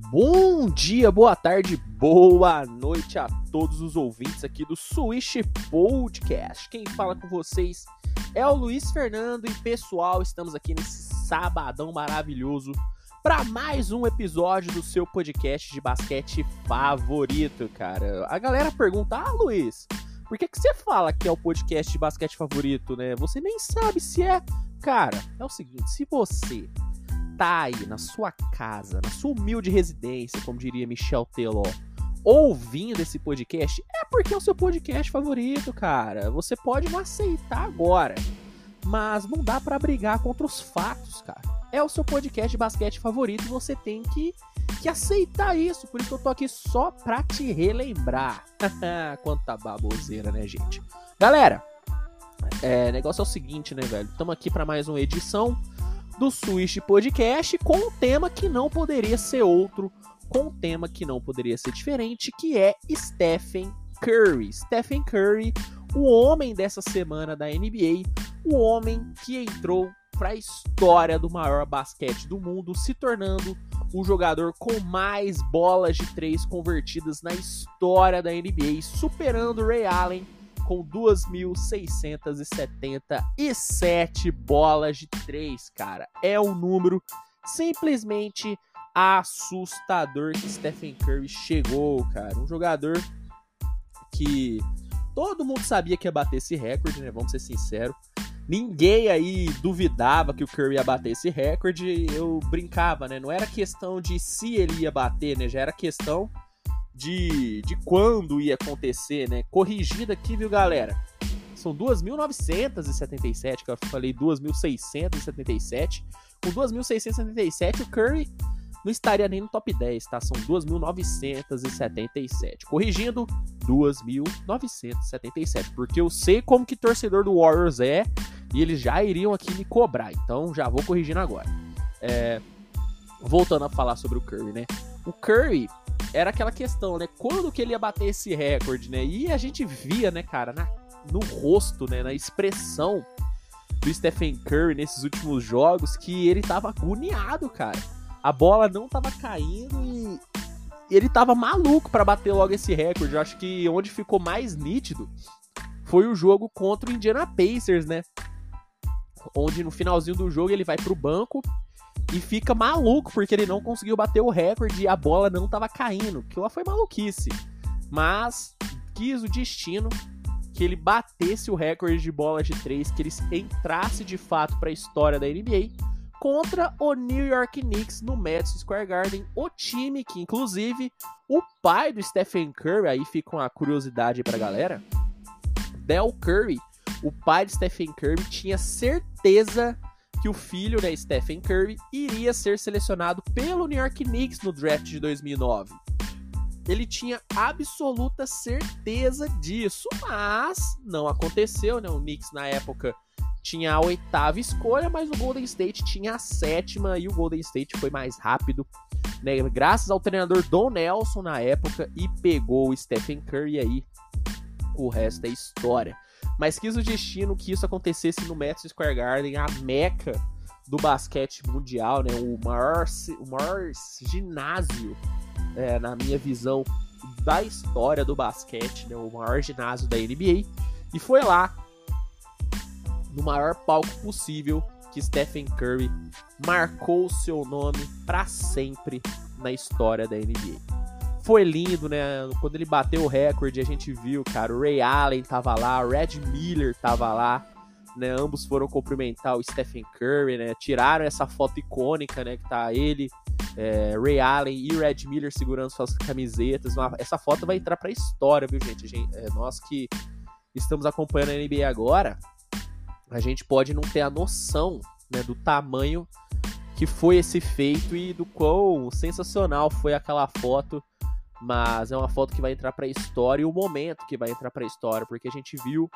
Bom dia, boa tarde, boa noite a todos os ouvintes aqui do Switch Podcast. Quem fala com vocês é o Luiz Fernando e, pessoal, estamos aqui nesse sabadão maravilhoso para mais um episódio do seu podcast de basquete favorito, cara. A galera pergunta, Luiz, por que você fala que é o podcast de basquete favorito, né? Você nem sabe se é. Cara, é o seguinte, se você tá aí na sua casa, na sua humilde residência, como diria Michel Teló, ouvindo esse podcast, é porque é o seu podcast favorito, cara. Você pode não aceitar agora, mas não dá pra brigar contra os fatos, cara. É o seu podcast de basquete favorito e você tem que aceitar isso. Por isso que eu tô aqui só pra te relembrar. Quanta baboseira, né, gente? Galera, o negócio é o seguinte, né, velho? Estamos aqui pra mais uma edição do Switch Podcast com um tema que não poderia ser outro, com um tema que não poderia ser diferente, que é Stephen Curry. Stephen Curry, o homem dessa semana da NBA, o homem que entrou para a história do maior basquete do mundo, se tornando o jogador com mais bolas de 3 convertidas na história da NBA, superando Ray Allen com 2.677 bolas de 3, cara. É um número simplesmente assustador que Stephen Curry chegou, cara. Um jogador que todo mundo sabia que ia bater esse recorde, né? Vamos ser sinceros. Ninguém aí duvidava que o Curry ia bater esse recorde. Eu brincava, né? Não era questão de se ele ia bater, né? Já era questão de quando ia acontecer, né? Corrigindo aqui, viu, galera? São 2.977, que eu falei 2.677. Com 2.677, o Curry não estaria nem no top 10, tá? São 2.977. Corrigindo, 2.977. Porque eu sei como que torcedor do Warriors é e eles já iriam aqui me cobrar. Então, já vou corrigindo agora. Voltando a falar sobre o Curry, né? O Curry era aquela questão, né? Quando que ele ia bater esse recorde, né? E a gente via, né, cara, no rosto, né? Na expressão do Stephen Curry nesses últimos jogos, que ele tava agoniado, cara. A bola não tava caindo e ele tava maluco pra bater logo esse recorde. Eu acho que onde ficou mais nítido foi o jogo contra o Indiana Pacers, né? Onde no finalzinho do jogo ele vai pro banco e fica maluco porque ele não conseguiu bater o recorde e a bola não tava caindo. Aquilo lá foi maluquice. Mas quis o destino que ele batesse o recorde de bolas de 3, que ele entrasse de fato para a história da NBA contra o New York Knicks no Madison Square Garden. O time que, inclusive, o pai do Stephen Curry, aí fica uma curiosidade pra galera, Del Curry, o pai de Stephen Curry, tinha certeza que o filho, né, Stephen Curry, iria ser selecionado pelo New York Knicks no draft de 2009. Ele tinha absoluta certeza disso, mas não aconteceu, né? O Knicks, na época, tinha a 8ª escolha, mas o Golden State tinha a 7ª e o Golden State foi mais rápido, né? Graças ao treinador Don Nelson na época, e pegou o Stephen Curry, e aí o resto é história. Mas quis o destino que isso acontecesse no Madison Square Garden, a meca do basquete mundial, né? O maior ginásio, na minha visão, da história do basquete, né? O maior ginásio da NBA. E foi lá, no maior palco possível, que Stephen Curry marcou o seu nome para sempre na história da NBA. Foi lindo, né? Quando ele bateu o recorde, a gente viu, cara, o Ray Allen tava lá, o Red Miller tava lá, né? Ambos foram cumprimentar o Stephen Curry, né? Tiraram essa foto icônica, né? Que tá ele, Ray Allen e Red Miller segurando suas camisetas. Essa foto vai entrar pra história, viu, gente? Nós que estamos acompanhando a NBA agora, a gente pode não ter a noção, né, do tamanho que foi esse feito e do quão sensacional foi aquela foto. Mas é uma foto que vai entrar pra história, e o momento que vai entrar pra história, porque a gente viu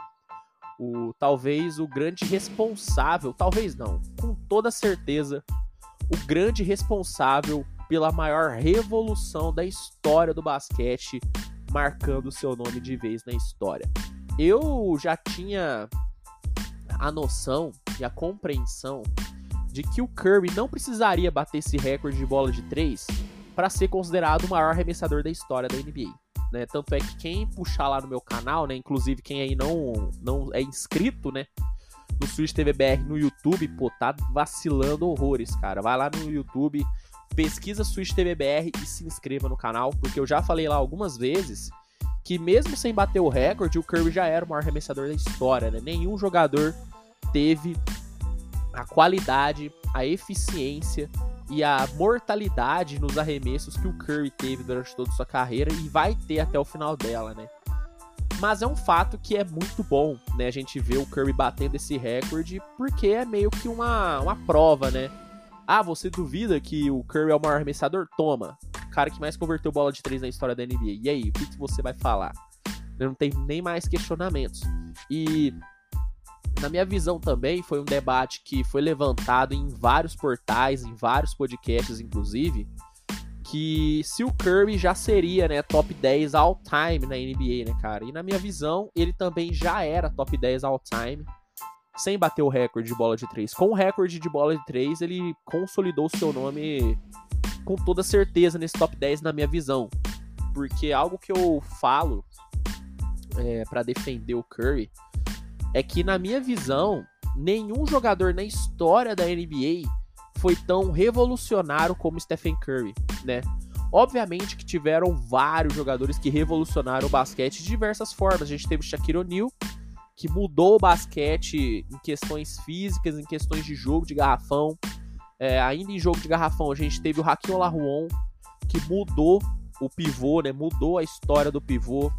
talvez o grande responsável, talvez não, com toda certeza, o grande responsável pela maior revolução da história do basquete, marcando o seu nome de vez na história. Eu já tinha a noção e a compreensão de que o Curry não precisaria bater esse recorde de bola de 3 para ser considerado o maior arremessador da história da NBA. Né? Tanto é que quem puxar lá no meu canal, né, inclusive quem aí não é inscrito, né, no Switch TV BR no YouTube, pô, tá vacilando horrores, cara. Vai lá no YouTube, pesquisa Switch TV BR e se inscreva no canal, porque eu já falei lá algumas vezes que mesmo sem bater o recorde, o Curry já era o maior arremessador da história, né? Nenhum jogador teve a qualidade, a eficiência e a mortalidade nos arremessos que o Curry teve durante toda a sua carreira e vai ter até o final dela, né? Mas é um fato que é muito bom, né? A gente vê o Curry batendo esse recorde, porque é meio que uma prova, né? Ah, você duvida que o Curry é o maior arremessador? Toma. O cara que mais converteu bola de 3 na história da NBA. E aí, o que você vai falar? Não tem nem mais questionamentos. E, na minha visão também, foi um debate que foi levantado em vários portais, em vários podcasts, inclusive, que se o Curry já seria, né, top 10 all-time na NBA, né, cara? E na minha visão, ele também já era top 10 all-time, sem bater o recorde de bola de 3. Com o recorde de bola de 3, ele consolidou o seu nome com toda certeza nesse top 10, na minha visão. Porque algo que eu falo pra defender o Curry é que, na minha visão, nenhum jogador na história da NBA foi tão revolucionário como Stephen Curry, né? Obviamente que tiveram vários jogadores que revolucionaram o basquete de diversas formas. A gente teve o Shaquille O'Neal, que mudou o basquete em questões físicas, em questões de jogo de garrafão. Ainda em jogo de garrafão, a gente teve o Hakeem Olajuwon, que mudou o pivô, né? Mudou a história do pivô.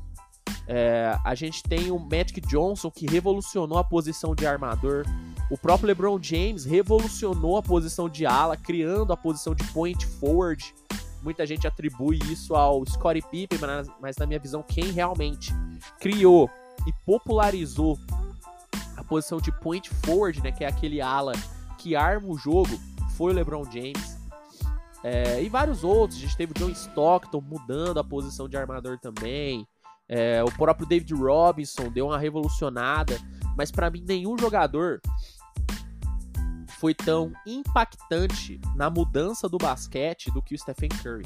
A gente tem o Magic Johnson, que revolucionou a posição de armador. O próprio LeBron James revolucionou a posição de ala, criando a posição de point forward. Muita gente atribui isso ao Scottie Pippen, mas na minha visão, quem realmente criou e popularizou a posição de point forward, né, que é aquele ala que arma o jogo, foi o LeBron James. E vários outros. A gente teve o John Stockton mudando a posição de armador também. O próprio David Robinson deu uma revolucionada. Mas pra mim, nenhum jogador foi tão impactante na mudança do basquete do que o Stephen Curry.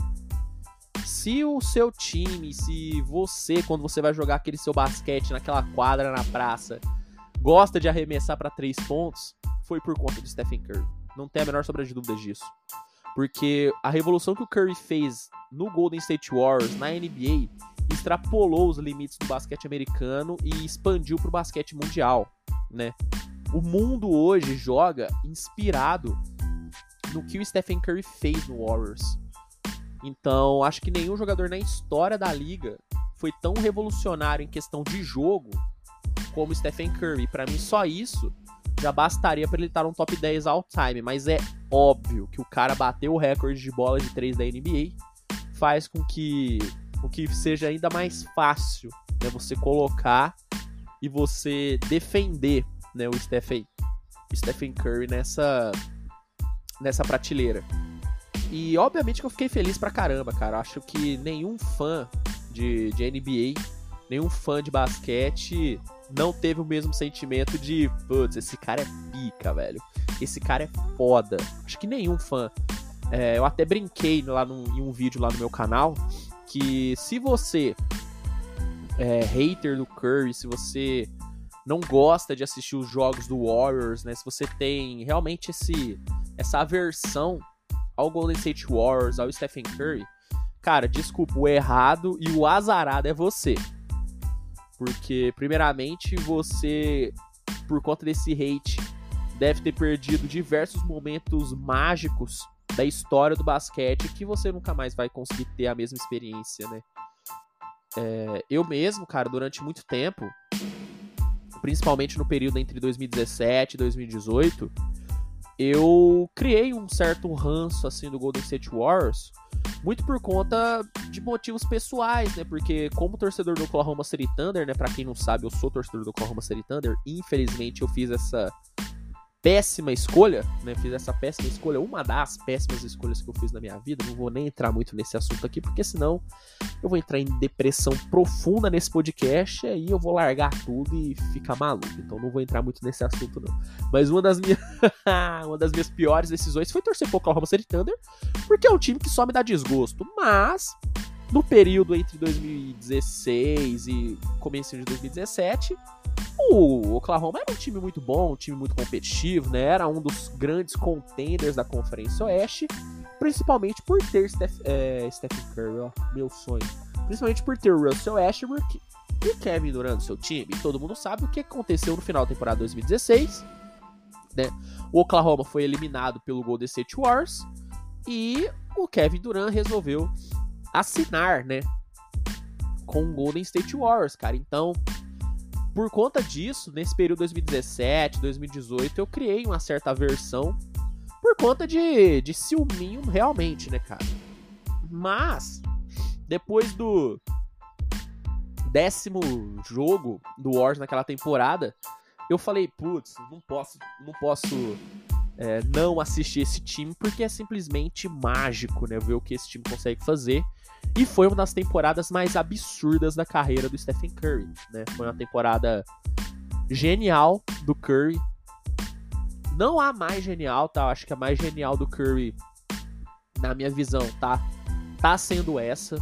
Se o seu time, se você, quando você vai jogar aquele seu basquete naquela quadra na praça, gosta de arremessar para 3 pontos, foi por conta do Stephen Curry. Não tem a menor sombra de dúvidas disso. Porque a revolução que o Curry fez no Golden State Warriors, na NBA, extrapolou os limites do basquete americano e expandiu para o basquete mundial, né? O mundo hoje joga inspirado no que o Stephen Curry fez no Warriors. Então, acho que nenhum jogador na história da liga foi tão revolucionário em questão de jogo como o Stephen Curry. Para mim, só isso já bastaria para ele estar no top 10 all-time. Mas é óbvio que o cara bateu o recorde de bola de 3 da NBA, faz com que seja ainda mais fácil, né, você colocar e você defender, né, o Stephen Curry nessa prateleira. E obviamente que eu fiquei feliz pra caramba, cara. Acho que nenhum fã de NBA, nenhum fã de basquete não teve o mesmo sentimento de, putz, esse cara é pica, velho. Esse cara é foda. Acho que nenhum fã. Eu até brinquei em um vídeo lá no meu canal que se você é hater do Curry, se você não gosta de assistir os jogos do Warriors, né? Se você tem realmente essa aversão ao Golden State Warriors, ao Stephen Curry, cara, desculpa, o errado e o azarado é você. Porque, primeiramente, você, por conta desse hate, deve ter perdido diversos momentos mágicos da história do basquete que você nunca mais vai conseguir ter a mesma experiência, né? Eu mesmo, cara, durante muito tempo, principalmente no período entre 2017 e 2018, eu criei um certo ranço, assim, do Golden State Warriors, muito por conta de motivos pessoais, né? Porque como torcedor do Oklahoma City Thunder, né? Pra quem não sabe, eu sou torcedor do Oklahoma City Thunder. Infelizmente, eu fiz péssima escolha, né? Fiz essa péssima escolha, uma das péssimas escolhas que eu fiz na minha vida. Não vou nem entrar muito nesse assunto aqui, porque senão eu vou entrar em depressão profunda nesse podcast e aí eu vou largar tudo e ficar maluco. Então não vou entrar muito nesse assunto, não. Mas uma das minhas piores decisões foi torcer pro Oklahoma City Thunder, porque é um time que só me dá desgosto. Mas no período entre 2016 e começo de 2017, o Oklahoma era um time muito bom, um time muito competitivo, né? Era um dos grandes contenders da Conferência Oeste, principalmente por ter Stephen Curry, ó, meu sonho. Principalmente por ter Russell Westbrook e Kevin Durant no seu time. E todo mundo sabe o que aconteceu no final da temporada 2016, né? O Oklahoma foi eliminado pelo Golden State Warriors e o Kevin Durant resolveu assinar, né, com o Golden State Warriors, cara. Então, por conta disso, nesse período 2017, 2018, eu criei uma certa aversão por conta de ciúminho realmente, né, cara? Mas, depois do 10º jogo do Warriors naquela temporada, eu falei, putz, não posso não assistir esse time, porque é simplesmente mágico, né, ver o que esse time consegue fazer. E foi uma das temporadas mais absurdas da carreira do Stephen Curry, né? Foi uma temporada genial do Curry. Não há mais genial, tá? Eu acho que a mais genial do Curry, na minha visão, tá sendo essa.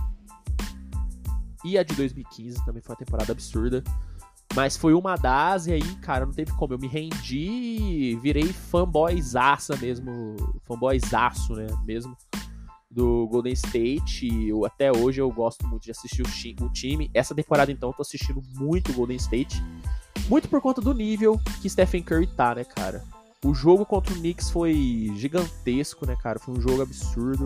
E a de 2015 também foi uma temporada absurda. Mas foi uma das, e aí, cara, não teve como. Eu me rendi e virei fanboyzaça mesmo. Fanboyzaço, né? Mesmo. Do Golden State, e até hoje eu gosto muito de assistir o time. Essa temporada, então, eu tô assistindo muito o Golden State, muito por conta do nível que Stephen Curry tá, né, cara? O jogo contra o Knicks foi gigantesco, né, cara? Foi um jogo absurdo.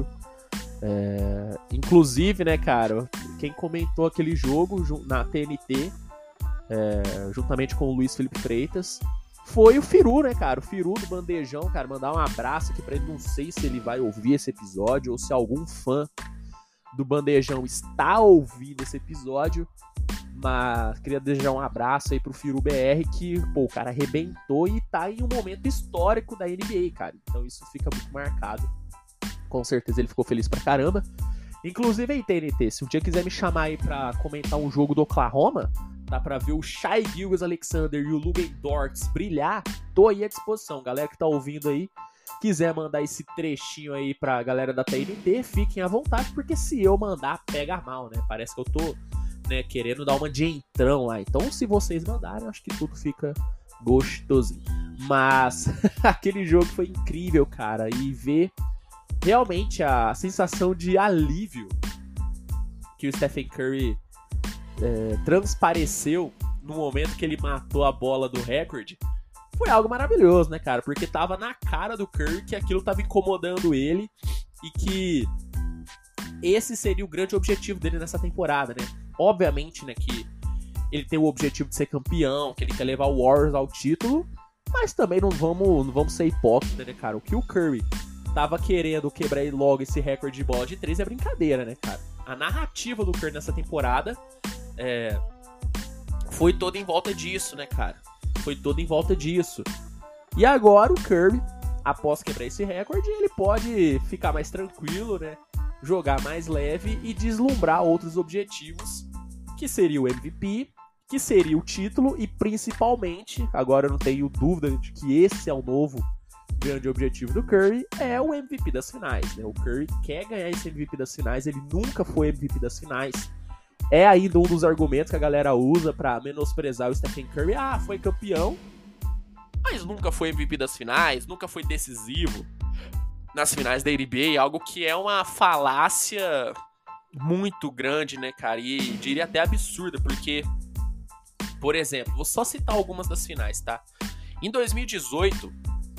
Inclusive, né, cara, quem comentou aquele jogo na TNT, juntamente com o Luiz Felipe Freitas, foi o Firu, né, cara? O Firu do Bandejão, cara. Mandar um abraço aqui pra ele. Não sei se ele vai ouvir esse episódio ou se algum fã do Bandejão está ouvindo esse episódio. Mas queria desejar um abraço aí pro Firu BR, que, pô, o cara arrebentou e tá em um momento histórico da NBA, cara. Então isso fica muito marcado. Com certeza ele ficou feliz pra caramba. Inclusive aí, TNT, se um dia quiser me chamar aí pra comentar um jogo do Oklahoma, dá pra ver o Shai Gilgeous-Alexander e o Luguentz Dort brilhar, tô aí à disposição. Galera que tá ouvindo aí, quiser mandar esse trechinho aí pra galera da TNT, fiquem à vontade, porque se eu mandar, pega mal, né? Parece que eu tô, né, querendo dar uma de entrão lá. Então, se vocês mandarem, acho que tudo fica gostosinho. Mas, aquele jogo foi incrível, cara, e ver realmente a sensação de alívio que o Stephen Curry transpareceu no momento que ele matou a bola do recorde, foi algo maravilhoso, né, cara? Porque tava na cara do Curry que aquilo tava incomodando ele e que esse seria o grande objetivo dele nessa temporada, né? Obviamente, né, que ele tem o objetivo de ser campeão, que ele quer levar o Warriors ao título, mas também não vamos ser hipócritas, né, cara? O que o Curry tava querendo quebrar logo esse recorde de bola de 3 é brincadeira, né, cara? A narrativa do Curry nessa temporada foi toda em volta disso, né, cara? Foi toda em volta disso. E agora o Curry, após quebrar esse recorde, ele pode ficar mais tranquilo, né? Jogar mais leve e deslumbrar outros objetivos, que seria o MVP, que seria o título e principalmente, agora eu não tenho dúvida de que esse é o novo grande objetivo do Curry, é o MVP das finais, né? O Curry quer ganhar esse MVP das finais, ele nunca foi MVP das finais. É ainda um dos argumentos que a galera usa pra menosprezar o Stephen Curry. Ah, foi campeão, mas nunca foi MVP das finais, nunca foi decisivo nas finais da NBA, algo que é uma falácia muito grande, né, cara? E diria até absurda, porque, por exemplo, vou só citar algumas das finais, tá? Em 2018,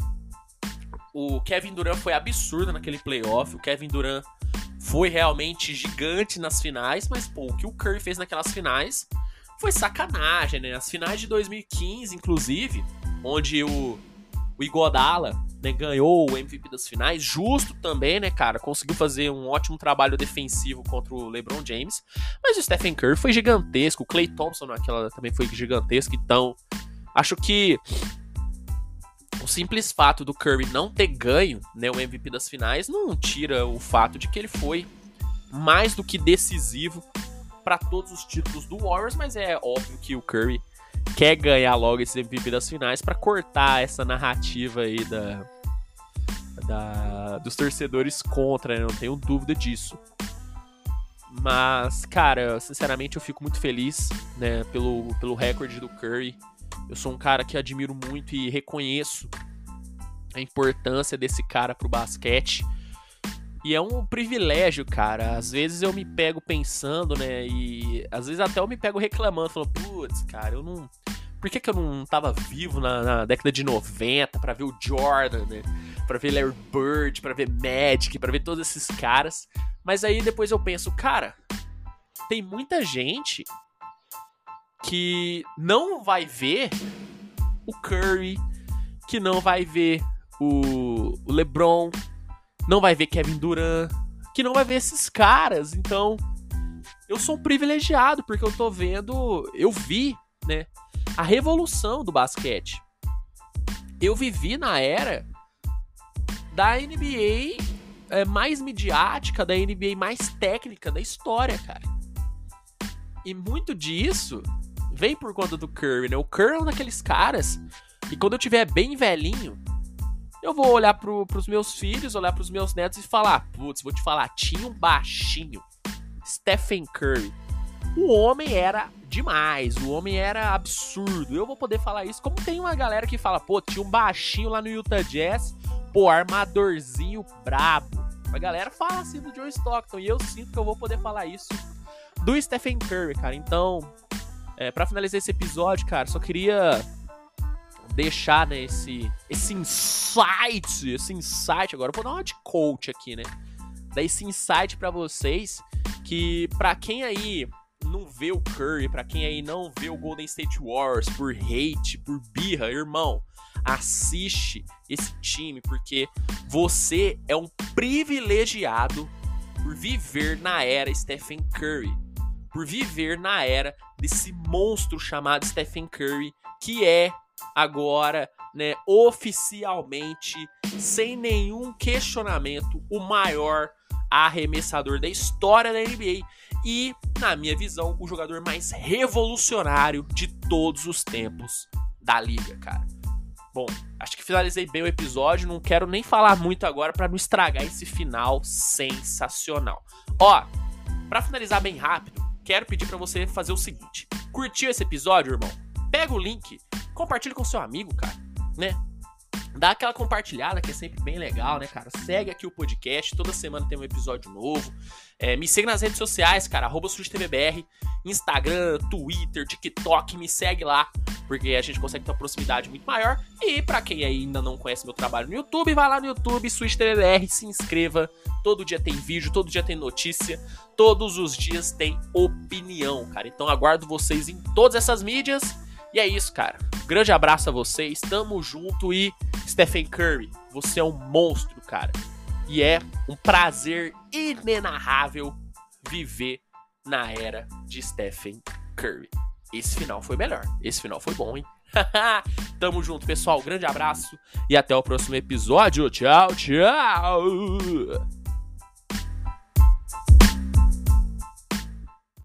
o Kevin Durant foi absurdo naquele playoff, o Kevin Durant foi realmente gigante nas finais, mas, pô, o que o Curry fez naquelas finais foi sacanagem, né? As finais de 2015, inclusive, onde o Iguodala, né, ganhou o MVP das finais, justo também, né, cara? Conseguiu fazer um ótimo trabalho defensivo contra o LeBron James, mas o Stephen Curry foi gigantesco, o Klay Thompson naquela também foi gigantesco, então acho que simples fato do Curry não ter ganho, né, o MVP das finais não tira o fato de que ele foi mais do que decisivo para todos os títulos do Warriors, mas é óbvio que o Curry quer ganhar logo esse MVP das finais para cortar essa narrativa aí dos torcedores contra, né? Não tenho dúvida disso. Mas, cara, sinceramente eu fico muito feliz, né, pelo recorde do Curry. Eu sou um cara que admiro muito e reconheço a importância desse cara pro basquete. E é um privilégio, cara. Às vezes eu me pego pensando, né? E às vezes até eu me pego reclamando, falando, putz, cara, eu não... Por que eu não tava vivo na década de 90 pra ver o Jordan, né? Pra ver Larry Bird, pra ver Magic, pra ver todos esses caras. Mas aí depois eu penso, cara, tem muita gente que não vai ver o Curry, que não vai ver o LeBron, não vai ver Kevin Durant, que não vai ver esses caras. Então, eu sou um privilegiado, porque eu tô vendo, eu vi, né, a revolução do basquete. Eu vivi na era da NBA mais midiática, da NBA mais técnica da história, cara. E muito disso vem por conta do Curry, né? O Curry é um daqueles caras que quando eu tiver bem velhinho, eu vou olhar pros meus filhos, olhar pros meus netos e falar, putz, vou te falar, tinha um baixinho, Stephen Curry. O homem era demais, o homem era absurdo. Eu vou poder falar isso, como tem uma galera que fala, pô, tinha um baixinho lá no Utah Jazz, pô, armadorzinho brabo. A galera fala assim do John Stockton, e eu sinto que eu vou poder falar isso do Stephen Curry, cara. Então, pra finalizar esse episódio, cara, só queria deixar, né, esse insight, agora eu vou dar uma de coach aqui, né, dar esse insight pra vocês, que pra quem aí não vê o Curry, pra quem aí não vê o Golden State Warriors por hate, por birra, irmão, assiste esse time, porque você é um privilegiado por viver na era Stephen Curry, por viver na era desse monstro chamado Stephen Curry, que é agora, né, oficialmente, sem nenhum questionamento, o maior arremessador da história da NBA e, na minha visão, o jogador mais revolucionário de todos os tempos da liga, cara. Bom, acho que finalizei bem o episódio, não quero nem falar muito agora pra não estragar esse final sensacional. Ó, pra finalizar bem rápido, quero pedir pra você fazer o seguinte: curtiu esse episódio, irmão? Pega o link, compartilha com seu amigo, cara, né? Dá aquela compartilhada que é sempre bem legal, né, cara? Segue aqui o podcast, toda semana tem um episódio novo. Me segue nas redes sociais, cara, @SujTVBR, Instagram, Twitter, TikTok, me segue lá, porque a gente consegue ter uma proximidade muito maior. E pra quem ainda não conhece meu trabalho no YouTube, vai lá no YouTube, SujTVBR, se inscreva. Todo dia tem vídeo, todo dia tem notícia, todos os dias tem opinião, cara. Então aguardo vocês em todas essas mídias. E é isso, cara. Grande abraço a vocês, tamo junto e Stephen Curry, você é um monstro, cara. E é um prazer inenarrável viver na era de Stephen Curry. Esse final foi melhor, esse final foi bom, hein? Tamo junto, pessoal. Grande abraço e até o próximo episódio. Tchau, tchau!